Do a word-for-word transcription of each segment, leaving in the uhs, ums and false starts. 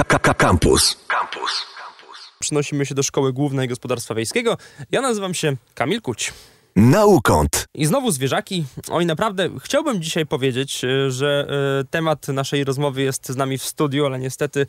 Campus. Campus. Przenosimy się do Szkoły Głównej Gospodarstwa Wiejskiego. Ja nazywam się Kamil Kuć. Naukąt. I znowu zwierzaki. Oj, naprawdę chciałbym dzisiaj powiedzieć, że y, temat naszej rozmowy jest z nami w studiu, ale niestety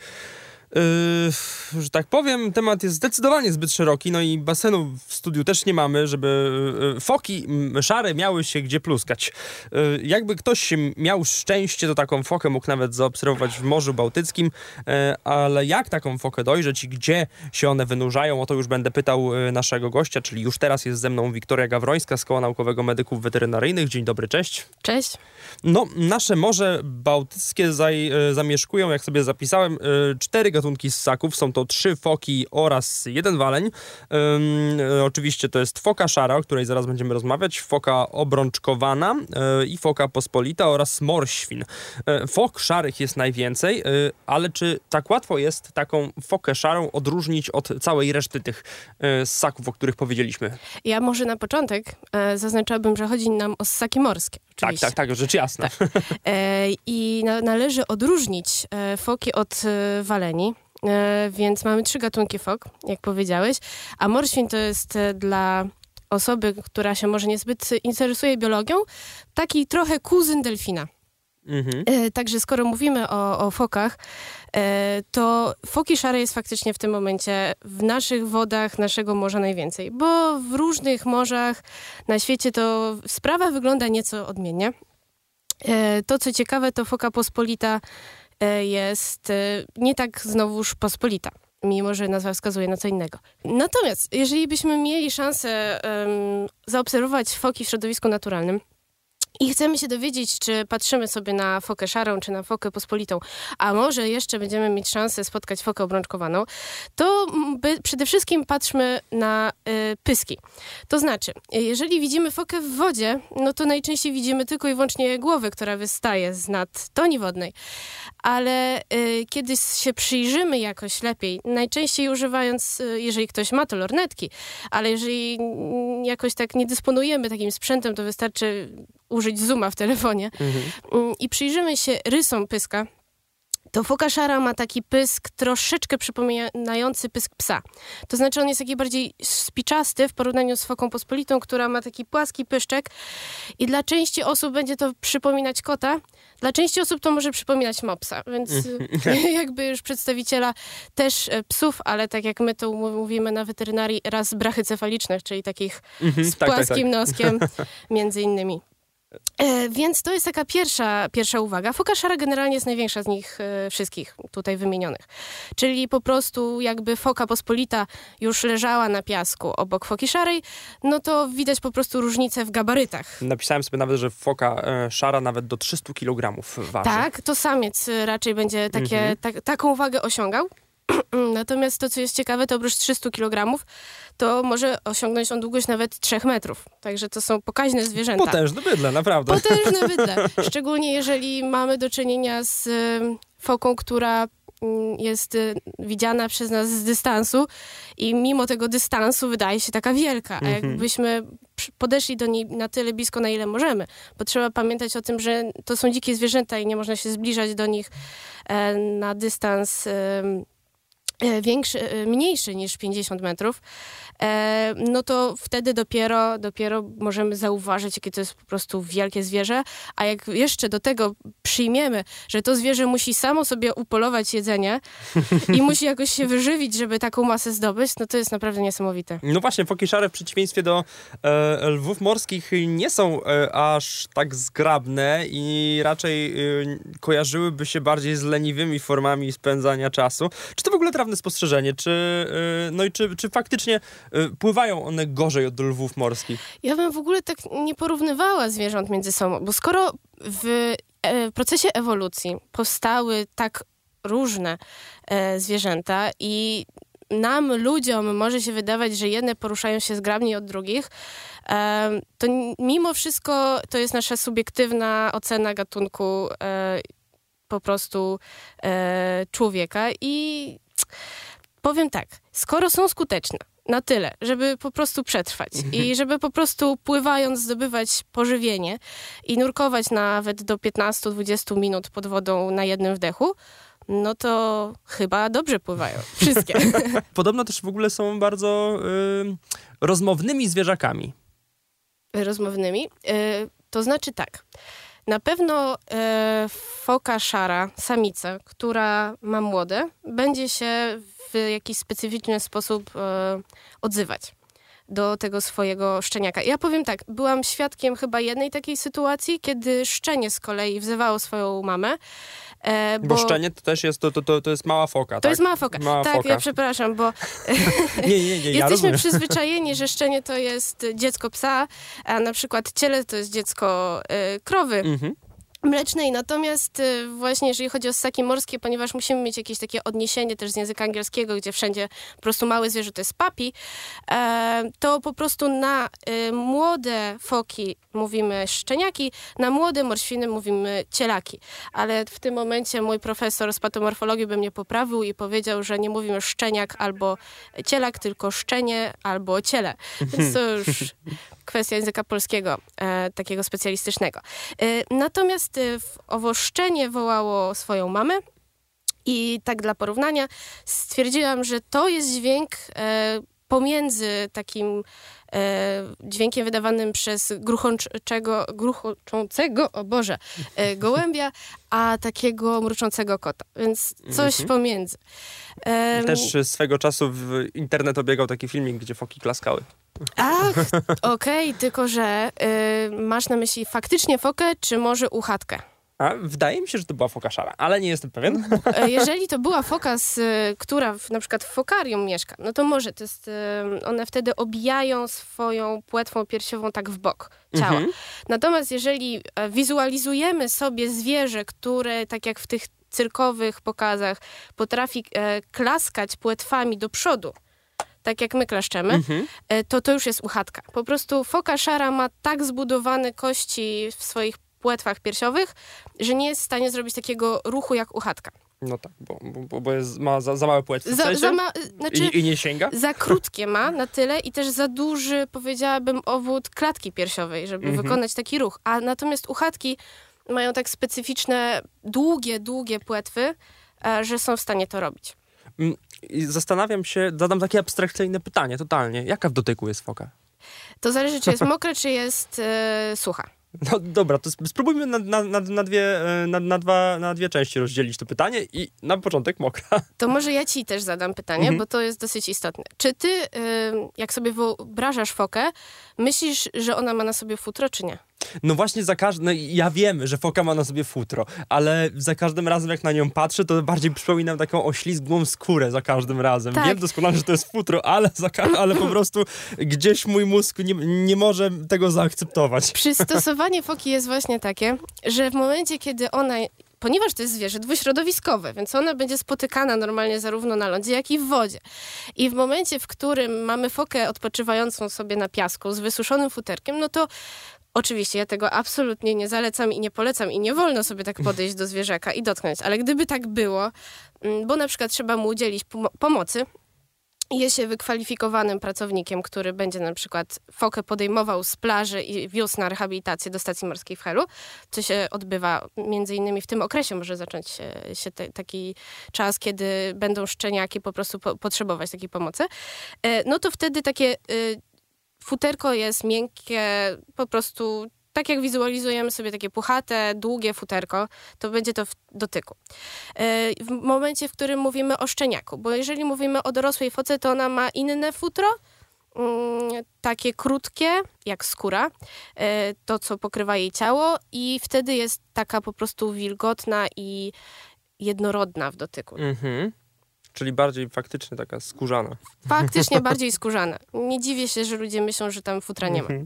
Yy, że tak powiem, temat jest zdecydowanie zbyt szeroki, no i basenu w studiu też nie mamy, żeby yy, foki yy, szare miały się gdzie pluskać. Yy, jakby ktoś miał szczęście, to taką fokę mógł nawet zaobserwować w Morzu Bałtyckim, yy, ale jak taką fokę dojrzeć i gdzie się one wynurzają, o to już będę pytał yy, naszego gościa, czyli już teraz jest ze mną Wiktoria Gawrońska z Koła Naukowego Medyków Weterynaryjnych. Dzień dobry, cześć. Cześć. No, nasze Morze Bałtyckie zaj, yy, zamieszkują, jak sobie zapisałem, yy, cztery gatunki ssaków. Są to trzy foki oraz jeden waleń. Um, oczywiście to jest foka szara, o której zaraz będziemy rozmawiać, foka obrączkowana yy, i foka pospolita oraz morświn. Yy, fok szarych jest najwięcej, yy, ale czy tak łatwo jest taką fokę szarą odróżnić od całej reszty tych yy, ssaków, o których powiedzieliśmy? Ja może na początek e, zaznaczyłabym, że chodzi nam o ssaki morskie. Oczywiście. Tak, tak, tak, rzecz jasna. Tak. E, I na, należy odróżnić e, foki od e, waleni. E, więc mamy trzy gatunki fok, jak powiedziałeś, a morświn to jest e, dla osoby, która się może niezbyt interesuje biologią, taki trochę kuzyn delfina. Mhm. E, także skoro mówimy o, o fokach, e, to foki szare jest faktycznie w tym momencie w naszych wodach naszego morza najwięcej, bo w różnych morzach na świecie to sprawa wygląda nieco odmiennie. E, to co ciekawe, to foka pospolita jest nie tak znowuż pospolita, mimo że nazwa wskazuje na co innego. Natomiast jeżeli byśmy mieli szansę um, zaobserwować foki w środowisku naturalnym i chcemy się dowiedzieć, czy patrzymy sobie na fokę szarą, czy na fokę pospolitą, a może jeszcze będziemy mieć szansę spotkać fokę obrączkowaną, to by, przede wszystkim patrzmy na y, pyski. To znaczy, jeżeli widzimy fokę w wodzie, no to najczęściej widzimy tylko i wyłącznie głowę, która wystaje z nad toni wodnej. Ale y, kiedy się przyjrzymy jakoś lepiej, najczęściej używając, y, jeżeli ktoś ma to lornetki, ale jeżeli y, jakoś tak nie dysponujemy takim sprzętem, to wystarczy użyć zooma w telefonie mhm. i przyjrzymy się rysom pyska, to foka szara ma taki pysk troszeczkę przypominający pysk psa. To znaczy on jest taki bardziej spiczasty w porównaniu z foką pospolitą, która ma taki płaski pyszczek i dla części osób będzie to przypominać kota, dla części osób to może przypominać mopsa, więc jakby już przedstawiciela też psów, ale tak jak my to mówimy na weterynarii, ras brachycefalicznych, czyli takich mhm, z płaskim tak, tak, tak. noskiem między innymi. E, więc to jest taka pierwsza, pierwsza uwaga. Foka szara generalnie jest największa z nich e, wszystkich tutaj wymienionych. Czyli po prostu jakby foka pospolita już leżała na piasku obok foki szarej, no to widać po prostu różnicę w gabarytach. Napisałem sobie nawet, że foka e, szara nawet do trzysta kilogramów waży. Tak, to samiec raczej będzie takie, mhm. ta, taką wagę osiągał. Natomiast to, co jest ciekawe, to oprócz trzysta kilogramów, to może osiągnąć on długość nawet trzech metrów. Także to są pokaźne zwierzęta. Potężne bydle, naprawdę. Potężne bydle. Szczególnie jeżeli mamy do czynienia z y, foką, która y, jest y, widziana przez nas z dystansu i mimo tego dystansu wydaje się taka wielka. A jakbyśmy podeszli do niej na tyle blisko, na ile możemy, bo trzeba pamiętać o tym, że to są dzikie zwierzęta i nie można się zbliżać do nich e, na dystans e, większy, mniejszy niż pięćdziesiąt metrów, e, no to wtedy dopiero, dopiero możemy zauważyć, jakie to jest po prostu wielkie zwierzę, a jak jeszcze do tego przyjmiemy, że to zwierzę musi samo sobie upolować jedzenie i musi jakoś się wyżywić, żeby taką masę zdobyć, no to jest naprawdę niesamowite. No właśnie, foki szare w przeciwieństwie do e, lwów morskich nie są e, aż tak zgrabne i raczej e, kojarzyłyby się bardziej z leniwymi formami spędzania czasu. Czy to w ogóle trafne spostrzeżenie? Czy, no i czy, czy faktycznie pływają one gorzej od lwów morskich? Ja bym w ogóle tak nie porównywała zwierząt między sobą, bo skoro w procesie ewolucji powstały tak różne zwierzęta i nam, ludziom, może się wydawać, że jedne poruszają się zgrabniej od drugich, to mimo wszystko to jest nasza subiektywna ocena gatunku po prostu człowieka i powiem tak, skoro są skuteczne na tyle, żeby po prostu przetrwać i żeby po prostu pływając zdobywać pożywienie i nurkować nawet do piętnaście do dwudziestu minut pod wodą na jednym wdechu, no to chyba dobrze pływają. Wszystkie. Podobno też w ogóle są bardzo y, rozmownymi zwierzakami. Rozmownymi. Y, to znaczy tak. Na pewno e, foka szara, samica, która ma młode, będzie się w jakiś specyficzny sposób e, odzywać do tego swojego szczeniaka. Ja powiem tak, byłam świadkiem chyba jednej takiej sytuacji, kiedy szczenie z kolei wzywało swoją mamę. E, bo, bo szczenie to też jest, to, to, to, to jest mała foka, To tak? jest mała foka. Mała tak, foka. ja przepraszam, bo nie, nie, nie, ja jesteśmy rozumiem. przyzwyczajeni, że szczenie to jest dziecko psa, a na przykład ciele to jest dziecko e, krowy. Mhm. Mlecznej, natomiast y, właśnie jeżeli chodzi o ssaki morskie, ponieważ musimy mieć jakieś takie odniesienie też z języka angielskiego, gdzie wszędzie po prostu małe zwierzę to jest puppy, e, to po prostu na y, młode foki mówimy szczeniaki, na młode morświny mówimy cielaki. Ale w tym momencie mój profesor z patomorfologii by mnie poprawił i powiedział, że nie mówimy szczeniak albo cielak, tylko szczenie albo ciele. Więc to już kwestia języka polskiego, e, takiego specjalistycznego. E, natomiast e, w owo szczenie wołało swoją mamę i tak dla porównania stwierdziłam, że to jest dźwięk e, pomiędzy takim e, dźwiękiem wydawanym przez gruchączego, gruchoczącego, o Boże, e, gołębia, a takiego mruczącego kota. Więc coś Mhm. pomiędzy. E, Też swego czasu w internet obiegał taki filmik, gdzie foki klaskały. Ach, okej, okay, tylko że y, masz na myśli faktycznie fokę, czy może uchatkę? A wydaje mi się, że to była foka szara, ale nie jestem pewien. E, Jeżeli to była foka, z, y, która w, na przykład w fokarium mieszka, no to może, to jest, y, one wtedy obijają swoją płetwą piersiową tak w bok ciała. Mhm. Natomiast jeżeli e, wizualizujemy sobie zwierzę, które tak jak w tych cyrkowych pokazach potrafi e, klaskać płetwami do przodu, tak jak my klaszczemy, Mhm. to to już jest uchatka. Po prostu foka szara ma tak zbudowane kości w swoich płetwach piersiowych, że nie jest w stanie zrobić takiego ruchu jak uchatka. No tak, bo, bo, bo jest, ma za, za małe płetwy w Za, sensie? za, ma, znaczy, I, I nie sięga? za krótkie ma na tyle i też za duży, powiedziałabym, obwód klatki piersiowej, żeby Mhm. wykonać taki ruch. A natomiast uchatki mają tak specyficzne, długie, długie płetwy, e, że są w stanie to robić. Mm, I zastanawiam się, zadam takie abstrakcyjne pytanie, totalnie. Jaka w dotyku jest foka? To zależy, czy jest mokre, czy jest e, sucha. No dobra, to sp- spróbujmy na, na, na, na, dwie, e, na, na, dwa, na dwie części rozdzielić to pytanie i na początek mokra. To może ja ci też zadam pytanie, Mhm. bo to jest dosyć istotne. Czy ty, y, jak sobie wyobrażasz fokę, myślisz, że ona ma na sobie futro, czy nie? No właśnie za każdym, no ja wiem, że foka ma na sobie futro, ale za każdym razem jak na nią patrzę, to bardziej przypominam taką oślizgłą skórę za każdym razem. Tak. Wiem doskonale, że to jest futro, ale, za ka- ale po prostu gdzieś mój mózg nie, nie może tego zaakceptować. Przystosowanie foki jest właśnie takie, że w momencie, kiedy ona... Ponieważ to jest zwierzę dwuśrodowiskowe, więc ona będzie spotykana normalnie zarówno na lądzie, jak i w wodzie. I w momencie, w którym mamy fokę odpoczywającą sobie na piasku z wysuszonym futerkiem, no to oczywiście ja tego absolutnie nie zalecam i nie polecam i nie wolno sobie tak podejść do zwierzaka i dotknąć. Ale gdyby tak było, bo na przykład trzeba mu udzielić pom- pomocy, jest się wykwalifikowanym pracownikiem, który będzie na przykład fokę podejmował z plaży i wiózł na rehabilitację do stacji morskiej w Helu, co się odbywa między innymi w tym okresie, może zacząć się, się te, taki czas, kiedy będą szczeniaki po prostu po, potrzebować takiej pomocy, e, no to wtedy takie y, futerko jest miękkie, po prostu tak jak wizualizujemy sobie takie puchate, długie futerko, to będzie to w dotyku. W momencie, w którym mówimy o szczeniaku, bo jeżeli mówimy o dorosłej foce, to ona ma inne futro, takie krótkie, jak skóra, to co pokrywa jej ciało i wtedy jest taka po prostu wilgotna i jednorodna w dotyku. Mhm. Czyli bardziej faktycznie taka skórzana. Faktycznie bardziej skórzana. Nie dziwię się, że ludzie myślą, że tam futra nie ma. Mhm.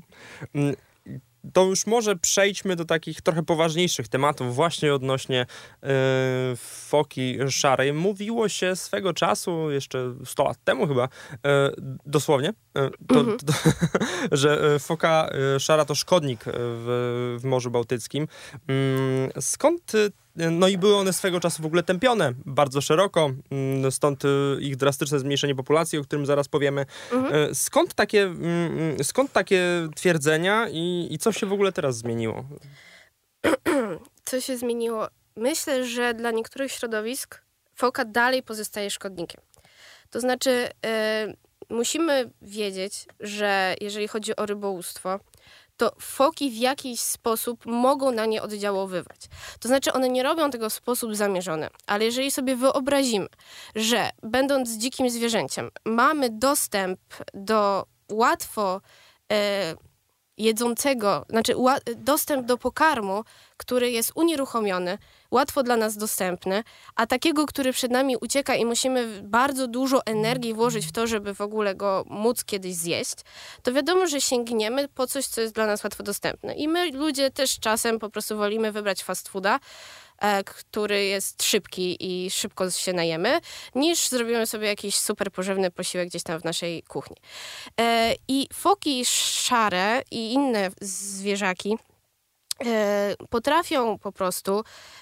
To już może przejdźmy do takich trochę poważniejszych tematów, właśnie odnośnie yy, foki szarej. Mówiło się swego czasu, jeszcze sto lat temu chyba, yy, dosłownie, yy, to, Mhm. to, że foka szara to szkodnik w, w Morzu Bałtyckim. Yy, skąd... No i były one swego czasu w ogóle tępione bardzo szeroko, stąd ich drastyczne zmniejszenie populacji, o którym zaraz powiemy. Mhm. Skąd takie, skąd takie twierdzenia i, i co się w ogóle teraz zmieniło? Co się zmieniło? Myślę, że dla niektórych środowisk foka dalej pozostaje szkodnikiem. To znaczy, yy, musimy wiedzieć, że jeżeli chodzi o rybołówstwo, to foki w jakiś sposób mogą na nie oddziaływać. To znaczy, one nie robią tego w sposób zamierzony, ale jeżeli sobie wyobrazimy, że będąc dzikim zwierzęciem, mamy dostęp do łatwo e, jedzącego, znaczy ła, dostęp do pokarmu, który jest unieruchomiony, łatwo dla nas dostępny, a takiego, który przed nami ucieka i musimy bardzo dużo energii włożyć w to, żeby w ogóle go móc kiedyś zjeść, to wiadomo, że sięgniemy po coś, co jest dla nas łatwo dostępne. I my, ludzie, też czasem po prostu wolimy wybrać fast fooda, e, który jest szybki i szybko się najemy, niż zrobimy sobie jakiś super pożywny posiłek gdzieś tam w naszej kuchni. E, I foki szare i inne zwierzaki e, potrafią po prostu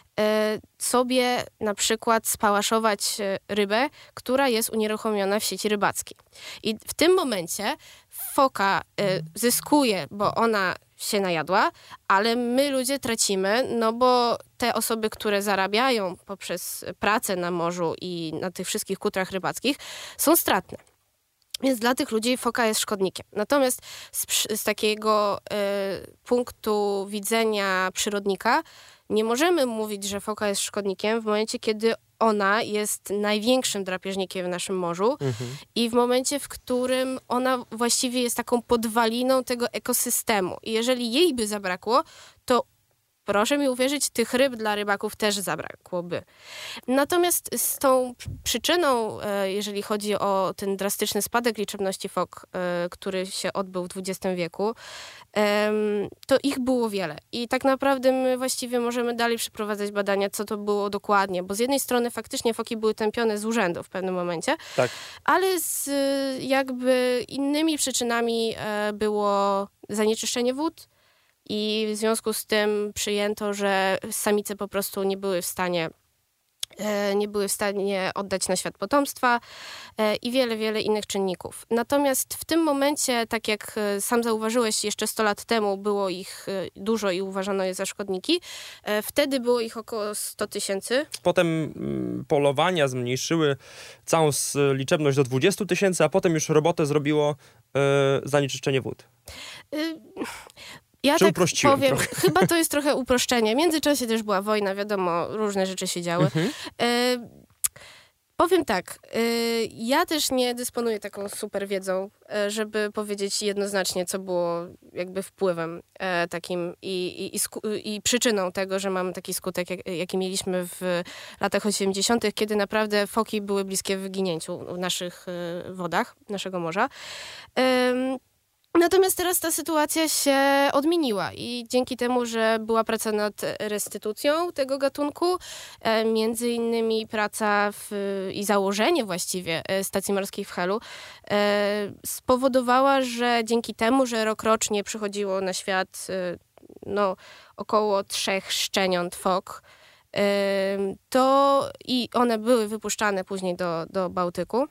sobie na przykład spałaszować rybę, która jest unieruchomiona w sieci rybackiej. I w tym momencie foka zyskuje, bo ona się najadła, ale my ludzie tracimy, no bo te osoby, które zarabiają poprzez pracę na morzu i na tych wszystkich kutrach rybackich, są stratne. Więc dla tych ludzi foka jest szkodnikiem. Natomiast z, z takiego y, punktu widzenia przyrodnika nie możemy mówić, że foka jest szkodnikiem w momencie, kiedy ona jest największym drapieżnikiem w naszym morzu mhm. i w momencie, w którym ona właściwie jest taką podwaliną tego ekosystemu. I jeżeli jej by zabrakło, to proszę mi uwierzyć, tych ryb dla rybaków też zabrakłoby. Natomiast z tą przyczyną, jeżeli chodzi o ten drastyczny spadek liczebności fok, który się odbył w dwudziestym wieku, to ich było wiele. I tak naprawdę my właściwie możemy dalej przeprowadzać badania, co to było dokładnie, bo z jednej strony faktycznie foki były tępione z urzędu w pewnym momencie, tak. ale z jakby innymi przyczynami było zanieczyszczenie wód, i w związku z tym przyjęto, że samice po prostu nie były w stanie nie były w stanie oddać na świat potomstwa i wiele, wiele innych czynników. Natomiast w tym momencie, tak jak sam zauważyłeś, jeszcze sto lat temu było ich dużo i uważano je za szkodniki. Wtedy było ich około sto tysięcy. Potem polowania zmniejszyły całą liczebność do dwudziestu tysięcy, a potem już robotę zrobiło zanieczyszczenie wód. Y- Ja Czy tak uprościłem powiem, trochę? chyba to jest trochę uproszczenie. W międzyczasie też była wojna, wiadomo, różne rzeczy się działy. Mhm. E, powiem tak, e, ja też nie dysponuję taką super wiedzą, e, żeby powiedzieć jednoznacznie, co było jakby wpływem e, takim i, i, i, sku- i przyczyną tego, że mamy taki skutek, jak, jaki mieliśmy w latach osiemdziesiątych, kiedy naprawdę foki były bliskie wyginięciu w naszych e, wodach, naszego morza. E, Natomiast teraz ta sytuacja się odmieniła i dzięki temu, że była praca nad restytucją tego gatunku, e, między innymi praca w, i założenie właściwie stacji morskiej w Helu, e, spowodowała, że dzięki temu, że rokrocznie przychodziło na świat e, no, około trzech szczeniąt fok, e, to i one były wypuszczane później do, do Bałtyku,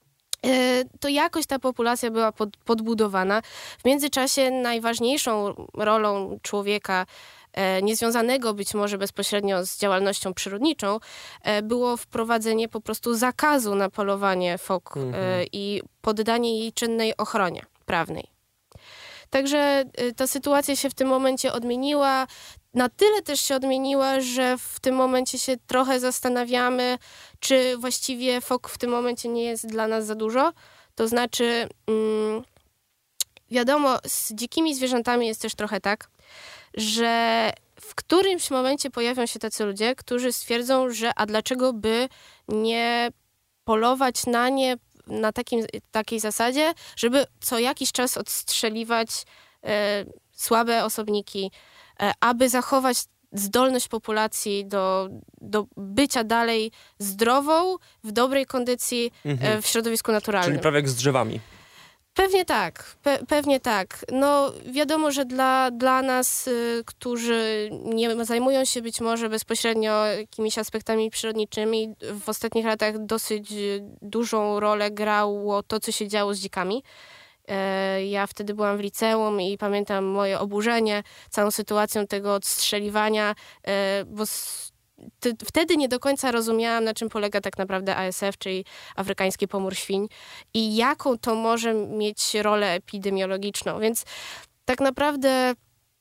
to jakoś ta populacja była pod, podbudowana. W międzyczasie najważniejszą rolą człowieka, e, niezwiązanego być może bezpośrednio z działalnością przyrodniczą, e, było wprowadzenie po prostu zakazu na polowanie fok mhm. e, i poddanie jej czynnej ochronie prawnej. Także e, ta sytuacja się w tym momencie odmieniła. Na tyle też się odmieniła, że w tym momencie się trochę zastanawiamy, czy właściwie fok w tym momencie nie jest dla nas za dużo. To znaczy, mm, wiadomo, z dzikimi zwierzętami jest też trochę tak, że w którymś momencie pojawią się tacy ludzie, którzy stwierdzą, że a dlaczego by nie polować na nie na takim, takiej zasadzie, żeby co jakiś czas odstrzeliwać e, słabe osobniki, aby zachować zdolność populacji do, do bycia dalej zdrową, w dobrej kondycji mhm. w środowisku naturalnym. Czyli prawie jak z drzewami. Pewnie tak, pe- pewnie tak. No wiadomo, że dla, dla nas, y, którzy nie zajmują się być może bezpośrednio jakimiś aspektami przyrodniczymi, w ostatnich latach dosyć dużą rolę grało to, co się działo z dzikami. Ja wtedy byłam w liceum i pamiętam moje oburzenie całą sytuacją tego odstrzeliwania, bo t- wtedy nie do końca rozumiałam, na czym polega tak naprawdę A S F, czyli afrykański pomór świń i jaką to może mieć rolę epidemiologiczną. Więc tak naprawdę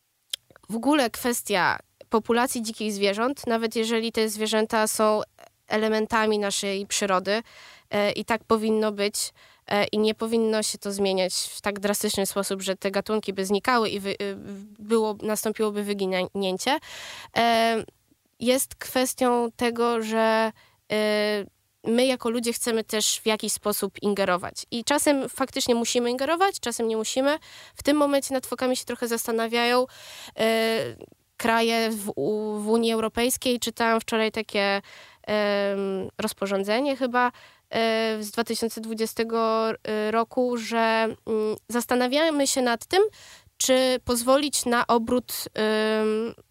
w ogóle kwestia populacji dzikich zwierząt, nawet jeżeli te zwierzęta są elementami naszej przyrody e, i tak powinno być e, i nie powinno się to zmieniać w tak drastyczny sposób, że te gatunki by znikały i wy, było, nastąpiłoby wyginięcie, e, jest kwestią tego, że e, my jako ludzie chcemy też w jakiś sposób ingerować. I czasem faktycznie musimy ingerować, czasem nie musimy. W tym momencie nad fokami się trochę zastanawiają e, kraje w, w Unii Europejskiej. Czytałam wczoraj takie e, rozporządzenie chyba e, z dwa tysiące dwudziestego roku, że m, zastanawiamy się nad tym, czy pozwolić na obrót e,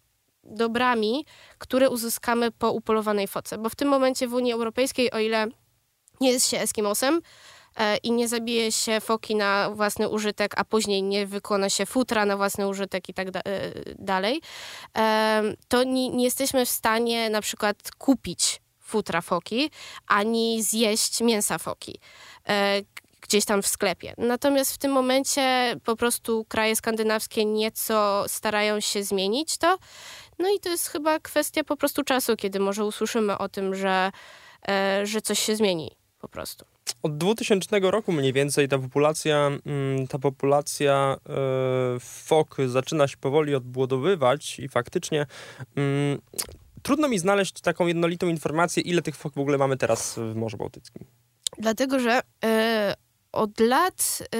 dobrami, które uzyskamy po upolowanej foce. Bo w tym momencie w Unii Europejskiej, o ile nie jest się Eskimosem e, i nie zabije się foki na własny użytek, a później nie wykona się futra na własny użytek i tak da- e, dalej, e, to nie, nie jesteśmy w stanie na przykład kupić futra foki, ani zjeść mięsa foki. E, gdzieś tam w sklepie. Natomiast w tym momencie po prostu kraje skandynawskie nieco starają się zmienić to. No i to jest chyba kwestia po prostu czasu, kiedy może usłyszymy o tym, że, e, że coś się zmieni po prostu. Od dwutysięcznego roku mniej więcej ta populacja, ta populacja e, fok zaczyna się powoli odbudowywać i faktycznie mm, trudno mi znaleźć taką jednolitą informację, ile tych fok w ogóle mamy teraz w Morzu Bałtyckim. Dlatego, że e, od lat e,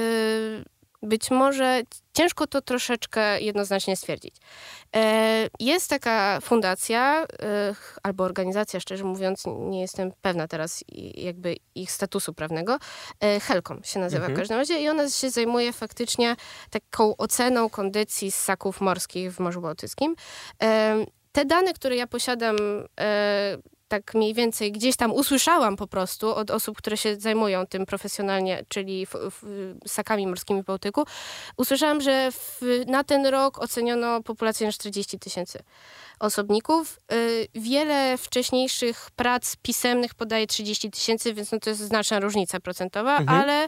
być może ciężko to troszeczkę jednoznacznie stwierdzić. E, jest taka fundacja e, albo organizacja, szczerze mówiąc, nie jestem pewna teraz jakby ich statusu prawnego. E, Helcom się nazywa mhm. w każdym razie i ona się zajmuje faktycznie taką oceną kondycji ssaków morskich w Morzu Bałtyckim. E, te dane, które ja posiadam, e, tak mniej więcej gdzieś tam usłyszałam po prostu od osób, które się zajmują tym profesjonalnie, czyli f, f, ssakami morskimi w Bałtyku. Usłyszałam, że w, na ten rok oceniono populację na czterdzieści tysięcy osobników. Y, wiele wcześniejszych prac pisemnych podaje trzydzieści tysięcy, więc no to jest znaczna różnica procentowa, mhm. ale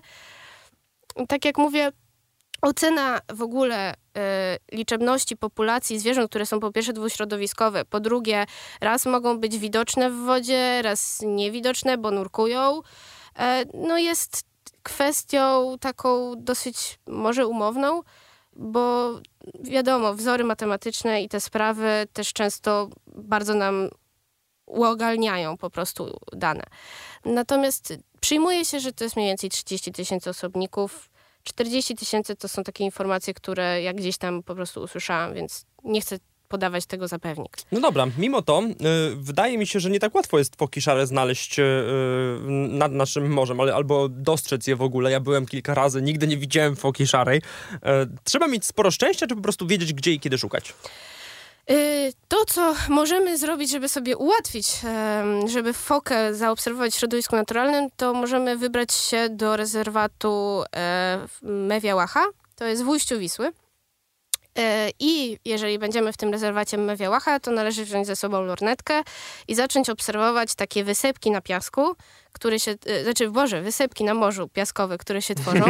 tak jak mówię, ocena w ogóle y, liczebności populacji zwierząt, które są po pierwsze dwuśrodowiskowe, po drugie raz mogą być widoczne w wodzie, raz niewidoczne, bo nurkują, y, no jest kwestią taką dosyć może umowną, bo wiadomo, wzory matematyczne i te sprawy też często bardzo nam uogalniają po prostu dane. Natomiast przyjmuje się, że to jest mniej więcej trzydzieści tysięcy osobników. czterdzieści tysięcy to są takie informacje, które ja gdzieś tam po prostu usłyszałam, więc nie chcę podawać tego za pewnik. No dobra, mimo to y, wydaje mi się, że nie tak łatwo jest foki szare znaleźć y, nad naszym morzem, ale, albo dostrzec je w ogóle. Ja byłem kilka razy, nigdy nie widziałem foki szarej. Y, trzeba mieć sporo szczęścia, czy po prostu wiedzieć, gdzie i kiedy szukać? To, co możemy zrobić, żeby sobie ułatwić, żeby fokę zaobserwować w środowisku naturalnym, to możemy wybrać się do rezerwatu Mewiałacha, to jest w ujściu Wisły. I jeżeli będziemy w tym rezerwacie Mewiałacha, to należy wziąć ze sobą lornetkę i zacząć obserwować takie wysepki na piasku, które się, znaczy Boże, wysepki na morzu piaskowe, które się tworzą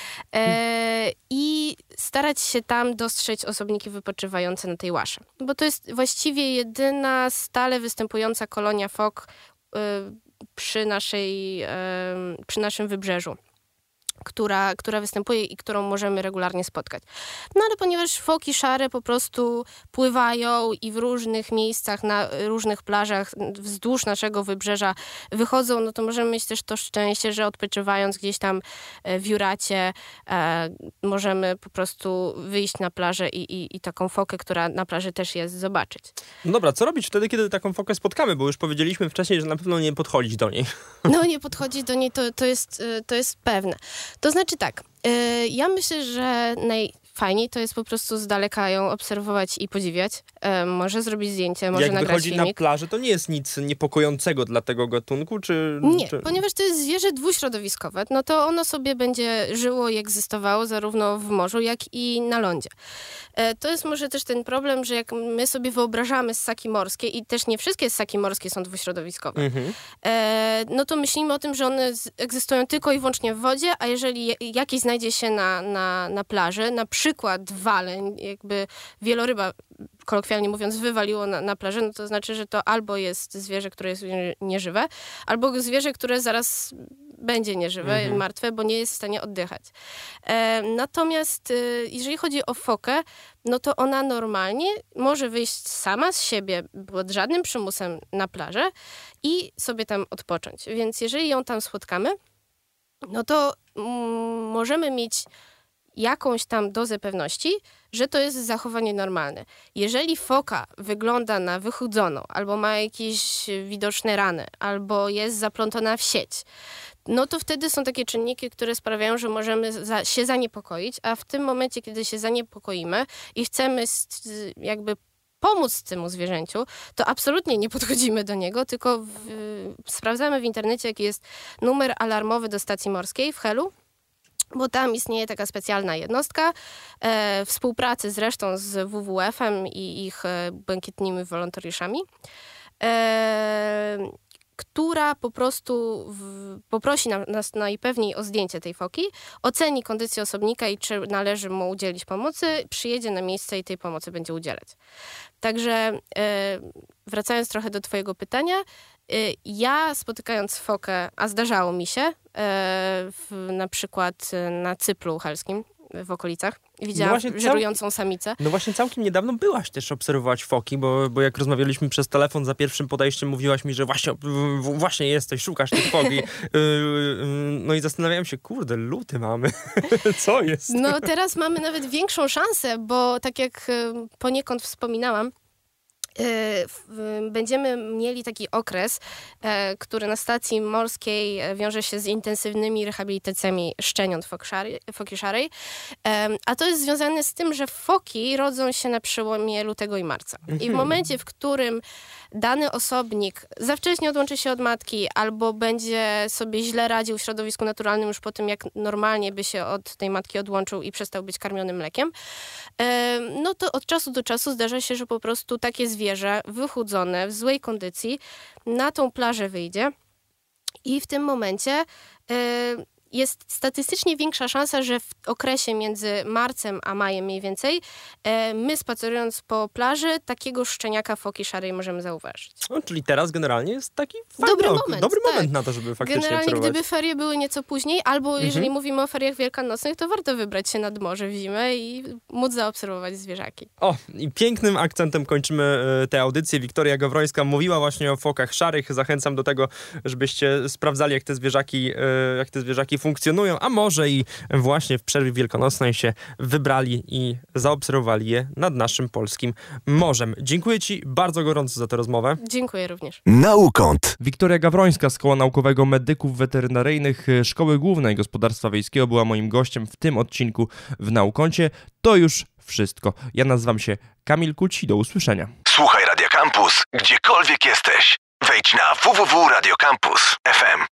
e, i starać się tam dostrzec osobniki wypoczywające na tej łasze. Bo to jest właściwie jedyna stale występująca kolonia fok e, przy, naszej, e, przy naszym wybrzeżu. Która, która występuje i którą możemy regularnie spotkać. No ale ponieważ foki szare po prostu pływają i w różnych miejscach, na różnych plażach wzdłuż naszego wybrzeża wychodzą, no to możemy mieć też to szczęście, że odpoczywając gdzieś tam w Juracie e, możemy po prostu wyjść na plażę i, i, i taką fokę, która na plaży też jest, zobaczyć. No dobra, co robić wtedy, kiedy taką fokę spotkamy? Bo już powiedzieliśmy wcześniej, że na pewno nie podchodzić do niej. No nie podchodzić do niej, to, to, jest, to jest pewne. To znaczy tak, yy, ja myślę, że naj, najfajniej to jest po prostu z daleka ją obserwować i podziwiać. E, może zrobić zdjęcie, może Jak nagrać wychodzi filmik. na plażę, to nie jest nic niepokojącego dla tego gatunku, czy... Nie, czy... ponieważ to jest zwierzę dwuśrodowiskowe, no to ono sobie będzie żyło i egzystowało zarówno w morzu, jak i na lądzie. E, to jest może też ten problem, że jak my sobie wyobrażamy ssaki morskie i też nie wszystkie ssaki morskie są dwuśrodowiskowe, Mhm. e, no to myślimy o tym, że one z- egzystują tylko i wyłącznie w wodzie, a jeżeli je- jakiś znajdzie się na, na, na plaży, na przykład waleń, jakby wieloryba, kolokwialnie mówiąc, wywaliło na, na plażę, no to znaczy, że to albo jest zwierzę, które jest nie- nieżywe, albo zwierzę, które zaraz będzie nieżywe, Mhm. martwe, bo nie jest w stanie oddychać. E, natomiast e, jeżeli chodzi o fokę, no to ona normalnie może wyjść sama z siebie, pod żadnym przymusem na plażę i sobie tam odpocząć. Więc jeżeli ją tam spotkamy, no to mm, możemy mieć jakąś tam dozę pewności, że to jest zachowanie normalne. Jeżeli foka wygląda na wychudzoną, albo ma jakieś widoczne rany, albo jest zaplątana w sieć, no to wtedy są takie czynniki, które sprawiają, że możemy za, się zaniepokoić, a w tym momencie, kiedy się zaniepokoimy i chcemy s- jakby pomóc temu zwierzęciu, to absolutnie nie podchodzimy do niego, tylko w, sprawdzamy w internecie, jaki jest numer alarmowy do stacji morskiej w Helu, bo tam istnieje taka specjalna jednostka e, współpracy zresztą z W W F-em i ich e, błękitnymi wolontariuszami, e, która po prostu w, poprosi na, nas najpewniej o zdjęcie tej foki, oceni kondycję osobnika i czy należy mu udzielić pomocy, przyjedzie na miejsce i tej pomocy będzie udzielać. Także e, wracając trochę do twojego pytania, e, ja spotykając fokę, a zdarzało mi się, e, w, na przykład e, na Cyplu helskim, w okolicach, widziałam właśnie cał- żerującą samicę. No właśnie całkiem niedawno byłaś też obserwować foki, bo, bo jak rozmawialiśmy przez telefon za pierwszym podejściem, mówiłaś mi, że właśnie, w- właśnie jesteś, szukasz tych foki. Yy, yy, no i zastanawiałem się, kurde, luty mamy. Co jest? No teraz mamy nawet większą szansę, bo tak jak e, poniekąd wspominałam, e, w- w- będziemy mieli taki okres, e, który na stacji morskiej e, wiąże się z intensywnymi rehabilitacjami szczeniąt foki szarej, foki szarej. E, a to jest związane z tym, że foki rodzą się na przełomie lutego i marca. I w momencie, w którym dany osobnik za wcześnie odłączy się od matki albo będzie sobie źle radził w środowisku naturalnym już po tym, jak normalnie by się od tej matki odłączył i przestał być karmiony mlekiem, e, no to od czasu do czasu zdarza się, że po prostu takie zwierzę wychudzone, w złej kondycji na tą plażę wyjdzie i w tym momencie e, jest statystycznie większa szansa, że w okresie między marcem a majem mniej więcej e, my spacerując po plaży takiego szczeniaka foki szarej możemy zauważyć. No, czyli teraz generalnie jest taki fajny Dobry ok- moment, dobry tak. moment na to, żeby faktycznie Generalnie obserwować. gdyby ferie były nieco później, albo jeżeli Mhm. mówimy o feriach wielkanocnych, to warto wybrać się nad morze w zimę i móc zaobserwować zwierzaki. O, i pięknym akcentem kończymy e, tę audycję. Wiktoria Gawrońska mówiła właśnie o fokach szarych. Zachęcam do tego, żebyście sprawdzali, jak te zwierzaki, e, jak te zwierzaki funkcjonują, a może i właśnie w przerwie wielkanocnej się wybrali i zaobserwowali je nad naszym polskim morzem. Dziękuję ci bardzo gorąco za tę rozmowę. Dziękuję również. Naukąt. Wiktoria Gawrońska z Koła Naukowego Medyków Weterynaryjnych Szkoły Głównej Gospodarstwa Wiejskiego była moim gościem w tym odcinku w Naukącie. To już wszystko. Ja nazywam się Kamil Kuci. Do usłyszenia. Słuchaj Radia Campus, gdziekolwiek jesteś. Wejdź na w w w kropka radio campus kropka f m.